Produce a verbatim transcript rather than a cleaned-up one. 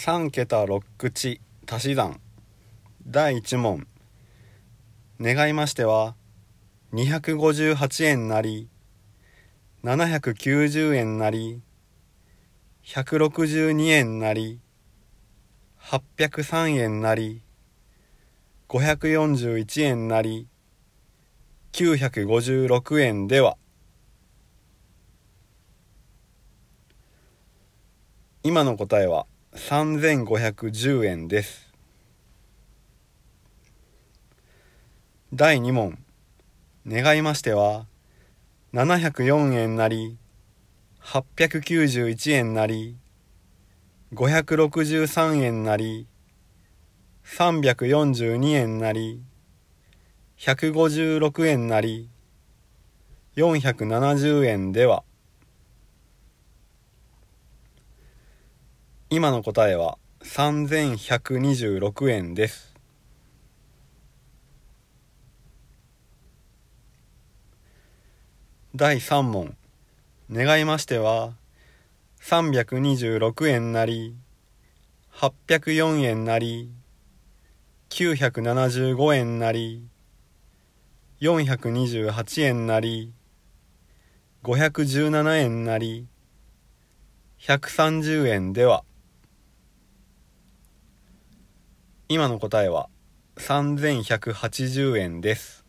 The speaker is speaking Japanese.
さん桁ろく口足し算だいいち問。願いましてはにひゃくごじゅうはちえんなりななひゃくきゅうじゅうえんなりひゃくろくじゅうにえんなりはっぴゃくさんえんなりごひゃくよんじゅういちえんなりきゅうひゃくごじゅうろくえんでは。今の答えはさんぜんごひゃくじゅうえんです。だいに問。願いましてはななひゃくよんえんなりはっぴゃくきゅうじゅういちえんなりごひゃくろくじゅうさんえんなりさんびゃくよんじゅうにえんなりひゃくごじゅうろくえんなりよんひゃくななじゅうえんでは。今の答えはさんぜんひゃくにじゅうろくえんです。だいさん問。願いましてはさんびゃくにじゅうろくえんなりはっぴゃくよんえんなりきゅうひゃくななじゅうごえんなりよんひゃくにじゅうはちえんなりごひゃくじゅうななえんなりひゃくさんじゅうえんでは。今の答えはさんぜんひゃくはちじゅうえんです。